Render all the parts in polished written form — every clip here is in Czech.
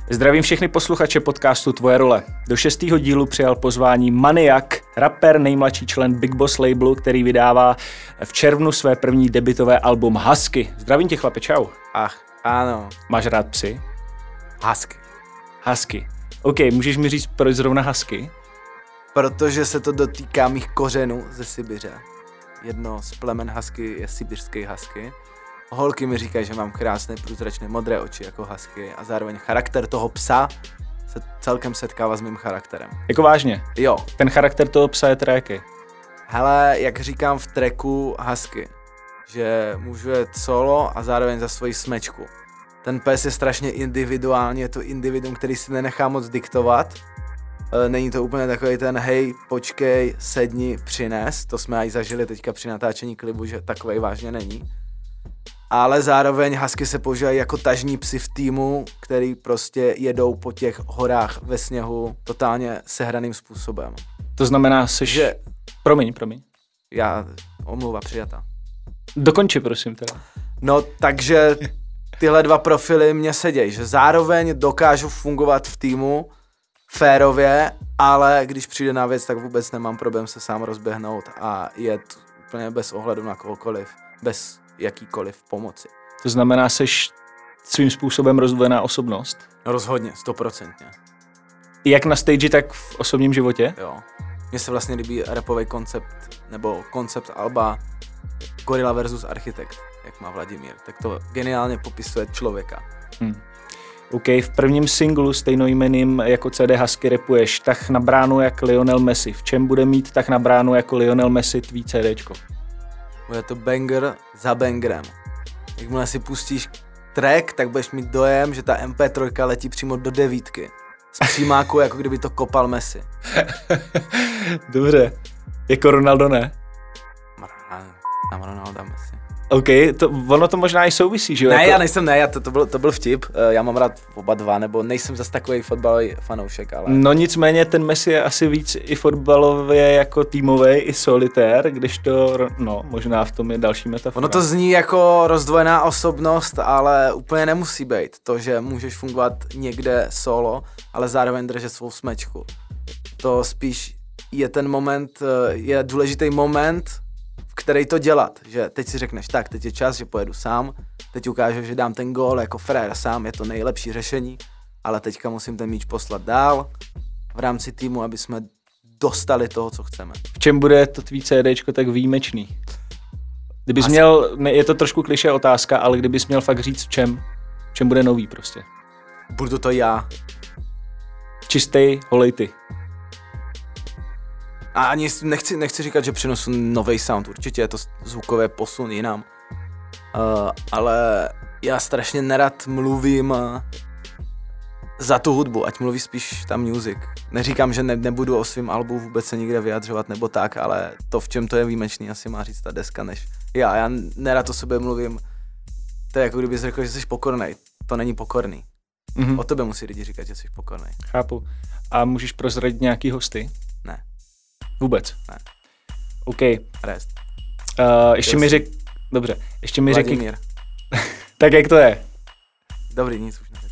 Zdravím všechny posluchače podcastu Tvoje role. Do 6. dílu přijal pozvání Maniak, rapper, nejmladší člen Big Boss labelu, který vydává v červnu své první debutové album Husky. Zdravím tě, chlape, čau. Ach, ano. Máš rád psy? Husky. Husky. OK, můžeš mi říct, proč zrovna Husky? Protože se to dotýká mých kořenů ze Sibiře. Jedno z plemen Husky je sibirský Husky. Holky mi říkají, že mám krásné průzračné modré oči jako Husky a zároveň charakter toho psa se celkem setkává s mým charakterem. Jako vážně? Jo. Ten charakter toho psa je teda jaký? Hele, jak říkám v tracku Husky, že můžu jet solo a zároveň za svoji smečku. Ten pes je strašně individuální, je to individuum, který si nenechá moc diktovat. Není to úplně takový ten hej, počkej, sedni, přines. To jsme i zažili teďka při natáčení klipu, že takovej vážně není. Ale zároveň Husky se používají jako tažní psi v týmu, který prostě jedou po těch horách ve sněhu totálně sehraným způsobem. To znamená, že... Promiň. Já, omluva přijata. Dokonči, prosím teda. No, takže tyhle dva profily mě sedějí, že zároveň dokážu fungovat v týmu férově, ale když přijde na věc, tak vůbec nemám problém se sám rozběhnout a jet úplně bez ohledu na kohokoliv, bez jakýkoliv pomoci. To znamená, seš svým způsobem rozdvojená osobnost? Rozhodně, 100%. Jak na stage, tak v osobním životě? Jo. Mně se vlastně líbí rapový koncept, nebo koncept alba Gorilla versus Architekt, jak má Vladimír. Tak to geniálně popisuje člověka. OK, v prvním singlu stejnojmenným jako CD Husky rapuješ tah na bránu jak Lionel Messi. V čem bude mít tah na bránu jako Lionel Messi tvý CDčko? Bude to banger za bangerem. Jakmile si pustíš track, tak budeš mít dojem, že ta MP3 letí přímo do 9. Z přímáku, jako kdyby to kopal Messi. Dobře. Jako Ronaldo ne? Mám Ronalda Messi. OK, ono to možná i souvisí, že jo? Ne, jako... já nejsem, to byl vtip. Já mám rád oba dva, nebo nejsem zas takový fotbalový fanoušek, ale... No nicméně ten Messi je asi víc i fotbalově jako týmovej, i solitér, kdežto, no, možná v tom je další metafora. Ono to zní jako rozdvojená osobnost, ale úplně nemusí být to, že můžeš fungovat někde solo, ale zároveň držet svou smečku. To spíš je ten moment, je důležitý moment, v který to dělat, že teď si řekneš, tak teď je čas, že pojedu sám, teď ukážu, že dám ten gól jako frajer sám, je to nejlepší řešení, ale teďka musím ten míč poslat dál v rámci týmu, aby jsme dostali toho, co chceme. V čem bude to tvý CDčko tak výjimečný? Kdybys měl, je to trošku klišé otázka, ale kdybys měl fakt říct v čem bude nový prostě. Budu to já. Čistý, holej ty. A ani nechci říkat, že přinesu nový sound, určitě je to zvukový posun jinam. Ale já strašně nerad mluvím za tu hudbu, ať mluví spíš ta music. Neříkám, že nebudu o svém albu vůbec se nikde vyjadřovat nebo tak, ale to, v čem to je výjimečný, asi má říct ta deska než já nerad o sobě mluvím. To je jako kdybys řekl, že jsi pokornej. To není pokorný. O tobě musí lidi říkat, že jsi pokornej. Chápu. A můžeš prozradit nějaký hosty? Ne. Vůbec? Ne. OK. Rest. Ještě mi řek... Dobře. Ještě mi řekni... Vladimír. Tak jak to je? Dobrý, nic už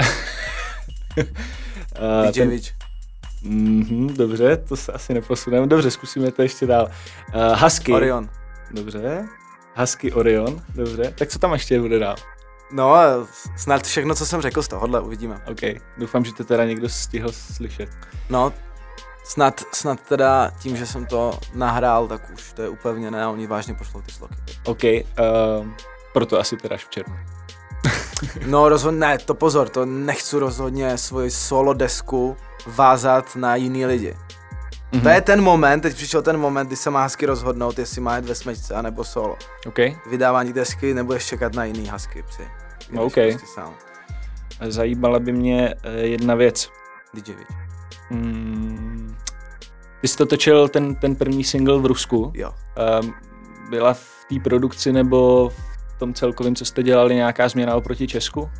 ne. DJvič. Dobře, to se asi neposuneme. Dobře, zkusíme to ještě dál. Husky. Orion. Dobře. Husky Orion. Dobře. Tak co tam ještě bude dál? No, snad všechno, co jsem řekl z tohohle, uvidíme. OK. Doufám, že to teda někdo stihl slyšet. No, snad teda tím, že jsem to nahrál, tak už to je upevněné a oni vážně pošlou ty sloky. OK. Proto asi teda až v červnu. No rozhodně, ne, to pozor, to nechci rozhodně svoji solo desku vázat na jiný lidi. To je ten moment, teď přišel ten moment, kdy se má Husky rozhodnout, jestli má jet ve smečce anebo solo. OK. Vydávání desky nebudeš čekat na jiný Husky psy. OK. Prostě zajímala by mě jedna věc. DJvič. Ty jsi to točil ten první single v Rusku. Jo. Byla v té produkci nebo v tom celkovém, co jste dělali, nějaká změna oproti Česku?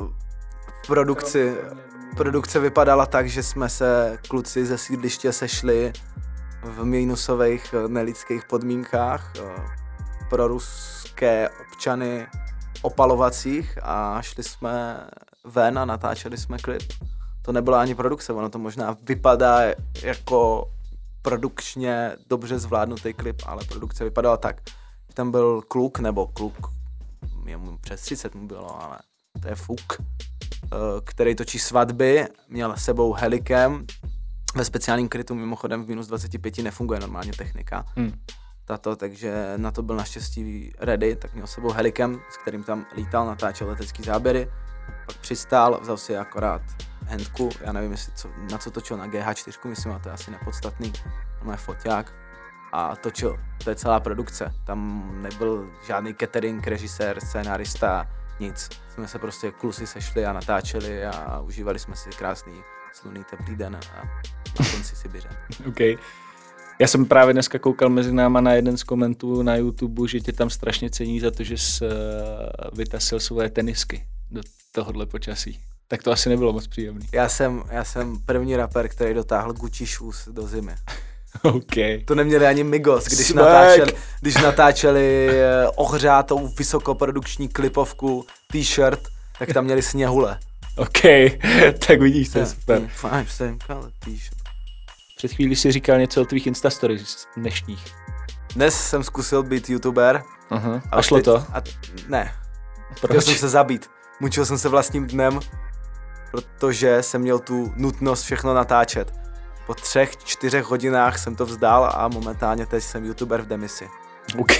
Produkce vypadala tak, že jsme se kluci ze sídliště sešli v minusových nelidských podmínkách pro ruské občany opalovacích a šli jsme ven a natáčeli jsme klip. to nebyla ani produkce, ono to možná vypadá jako produkčně dobře zvládnutý klip, ale produkce vypadala tak. Tam byl kluk, jemu přes 30 mu bylo, ale to je fuk, který točí svatby, měl s sebou helikem, ve speciálním krytu mimochodem v minus 25 nefunguje normálně technika. Takže na to byl naštěstí ready, tak měl s sebou helikem, s kterým tam lítal, natáčel letecký záběry, pak přistál, vzal si akorát handku, já nevím, na co točil, na GH4, myslím, a to je asi nepodstatný, on je foťák a točil, to je celá produkce, tam nebyl žádný catering, režisér, scénárista, nic, jsme se prostě kluci sešli a natáčeli a užívali jsme si krásný slunný teplý den a na konci Sibiře. Okay. Já jsem právě dneska koukal mezi náma na jeden z komentů na YouTube, že tě tam strašně cení za to, že jsi vytasil svoje tenisky do tohohle počasí. Tak to asi nebylo moc příjemný. Já jsem první rapper, který dotáhl Gucci shoes do zimy. Okay. To neměli ani Migos, když natáčeli ohřátou vysokoprodukční klipovku t-shirt, tak tam měli sněhule. OK, tak vidíš, to je super. T-shirt. Před chvílí si říkal něco o tvých Insta stories dnešních. Dnes jsem zkusil být youtuber. Uh-huh. A šlo to? Ne. Proč? Chtěl jsem se zabít. Mučil jsem se vlastním dnem, protože jsem měl tu nutnost všechno natáčet. Po 3-4 hodinách jsem to vzdál a momentálně teď jsem youtuber v demisi. OK.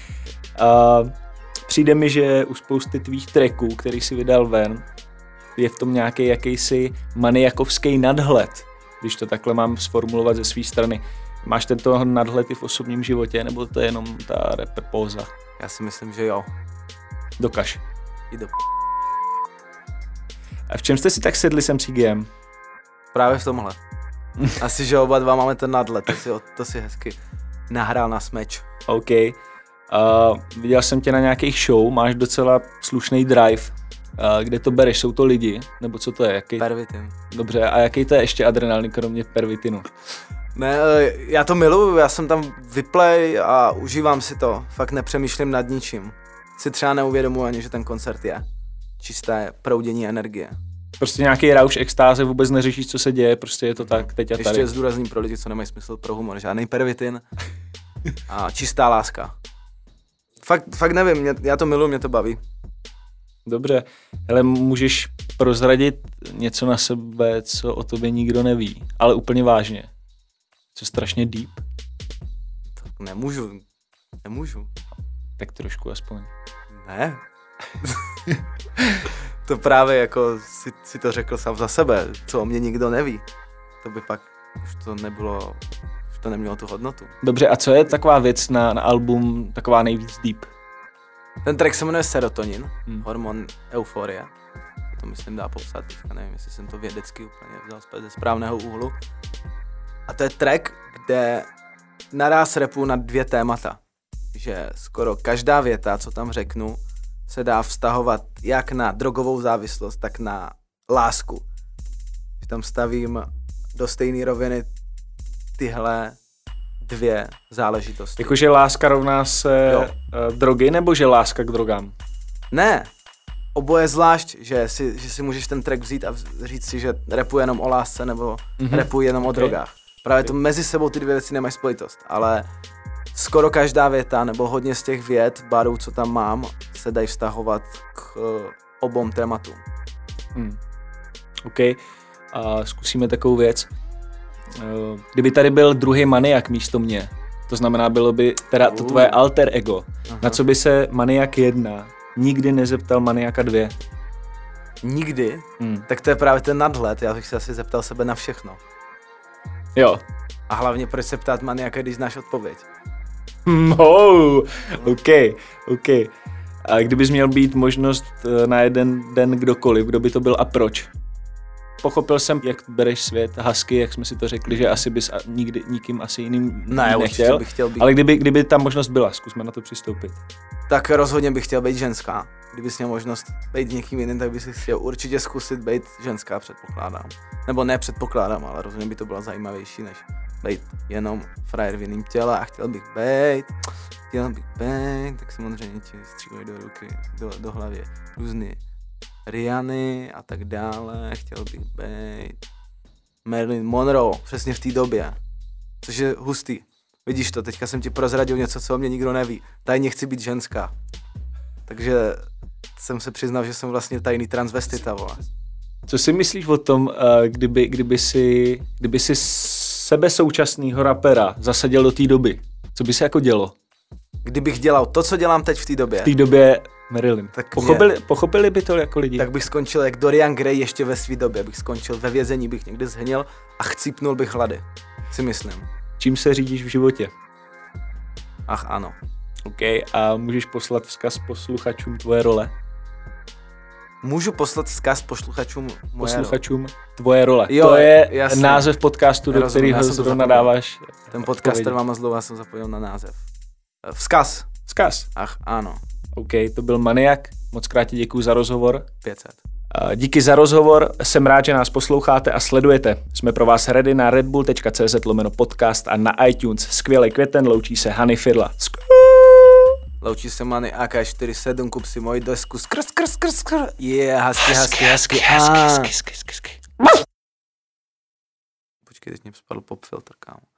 Přijde mi, že u spousty tvých tracků, který jsi vydal ven, je v tom nějaký jakýsi maniakovský nadhled, když to takhle mám sformulovat ze své strany. Máš tento nadhled i v osobním životě, nebo to je jenom ta rapper póza? Já si myslím, že jo. Dokaž. Jdu. A v čem jste si tak sedli s MCGM? Právě v tomhle. Asi, že oba dva máme ten nadhled, to si hezky nahrál na smeč. OK. Viděl jsem tě na nějakých show, máš docela slušný drive. Kde to bereš? Jsou to lidi? Nebo co to je? Pervitin. Dobře, a jaký to je ještě adrenalin, kromě pervitinu? Ne, já to miluju, já jsem tam vyplay a užívám si to. Fakt nepřemýšlím nad ničím. Si třeba neuvědomuji ani, že ten koncert je čisté proudění energie. Prostě nějaký rauš, extáze, vůbec neřešíš, co se děje, prostě je to tak teď a tady. Ještě zdůrazním pro lidi, co nemají smysl pro humor, žádný pervitin a čistá láska. Fakt nevím, já to miluju, mě to baví. Dobře, hele, můžeš prozradit něco na sebe, co o tobě nikdo neví, ale úplně vážně. Co strašně deep? Tak nemůžu. Tak trošku aspoň. Ne. To právě jako si to řekl sám za sebe, co o mě nikdo neví. To by pak už to nemělo tu hodnotu. Dobře, a co je taková věc na album, taková nejvíc deep? Ten track se jmenuje Serotonin, hormon euforie. To myslím dá popsat, teďka nevím, jestli jsem to vědecky úplně vzal ze správného úhlu. A to je track, kde naráz rapu na 2 témata. Že skoro každá věta, co tam řeknu, se dá vztahovat jak na drogovou závislost, tak na lásku. Že tam stavím do stejné roviny tyhle 2 záležitosti. Jakože láska rovná se drogy, nebo že láska k drogám? Ne, oboje zvlášť, že si můžeš ten track vzít a říct si, že rapuje jenom o lásce, nebo rapuje jenom o drogách. Právě to mezi sebou ty 2 věci nemají spojitost, ale skoro každá věta, nebo hodně z těch vět, barů, co tam mám, se dají vztahovat k obou tématům. OK, a zkusíme takovou věc. Kdyby tady byl druhý maniak místo mě, to znamená, bylo by teda to tvoje alter ego, na co by se maniak 1 nikdy nezeptal maniaka 2? Nikdy? Tak to je právě ten nadhled, já bych se asi zeptal sebe na všechno. Jo. A hlavně proč se ptát maniaka, když znáš odpověď? OK. A kdybys měl být možnost na jeden den kdokoliv, kdo by to byl a proč? Pochopil jsem, jak bereš svět, husky, jak jsme si to řekli, že asi bys nikdy nikým asi jiným nechtěl. Bych chtěl být. Ale kdyby ta možnost byla, zkusme na to přistoupit. Tak rozhodně bych chtěl být ženská. Kdybys měl možnost být někým jiným, tak bych si chtěl určitě zkusit být ženská, předpokládám. Nebo ne předpokládám, ale rozhodně by to bylo zajímavější, než být jenom frajer v jiném těle a chtěl bych být, tak samozřejmě ti střílejí do ruky, do hlavy různý Rihanny a tak dále, chtěl bych být Marilyn Monroe, přesně v té době, což je hustý. Vidíš to, teďka jsem ti prozradil něco, co o mě nikdo neví. Tajně chci být ženská. Takže jsem se přiznal, že jsem vlastně tajný transvestita, vole. Co si myslíš o tom, kdyby si sebe současného rapera zasadil do té doby? Co by se jako dělo? Kdybych dělal to, co dělám teď v té době. V té době Marilyn. Tak Pochopili by to jako lidi? Tak bych skončil jak Dorian Gray ještě ve své době. Bych skončil ve vězení, bych někde zhnil a chcípnul bych hlady. Si myslím. Čím se řídíš v životě? Ach ano. OK, a můžeš poslat vzkaz posluchačům tvoje role? Můžu poslat vzkaz posluchačům tvoje role. Jo, to je jasně. Název podcastu, do kterého zrovna dáváš. Ten podcast trvá moc dlouho, já jsem zapojil na název. Vzkaz. Ach ano. OK, to byl Maniak. Moc krát ti děkuju za rozhovor. 500. Díky za rozhovor, jsem rád, že nás posloucháte a sledujete. Jsme pro vás ready na redbull.cz/podcast a na iTunes. Skvělý květen, loučí se Hany Firla. Loučí se Many AK47, kup si moji desku. Skr. Husky. Počkej, teď mě spadl pop filter, kámo.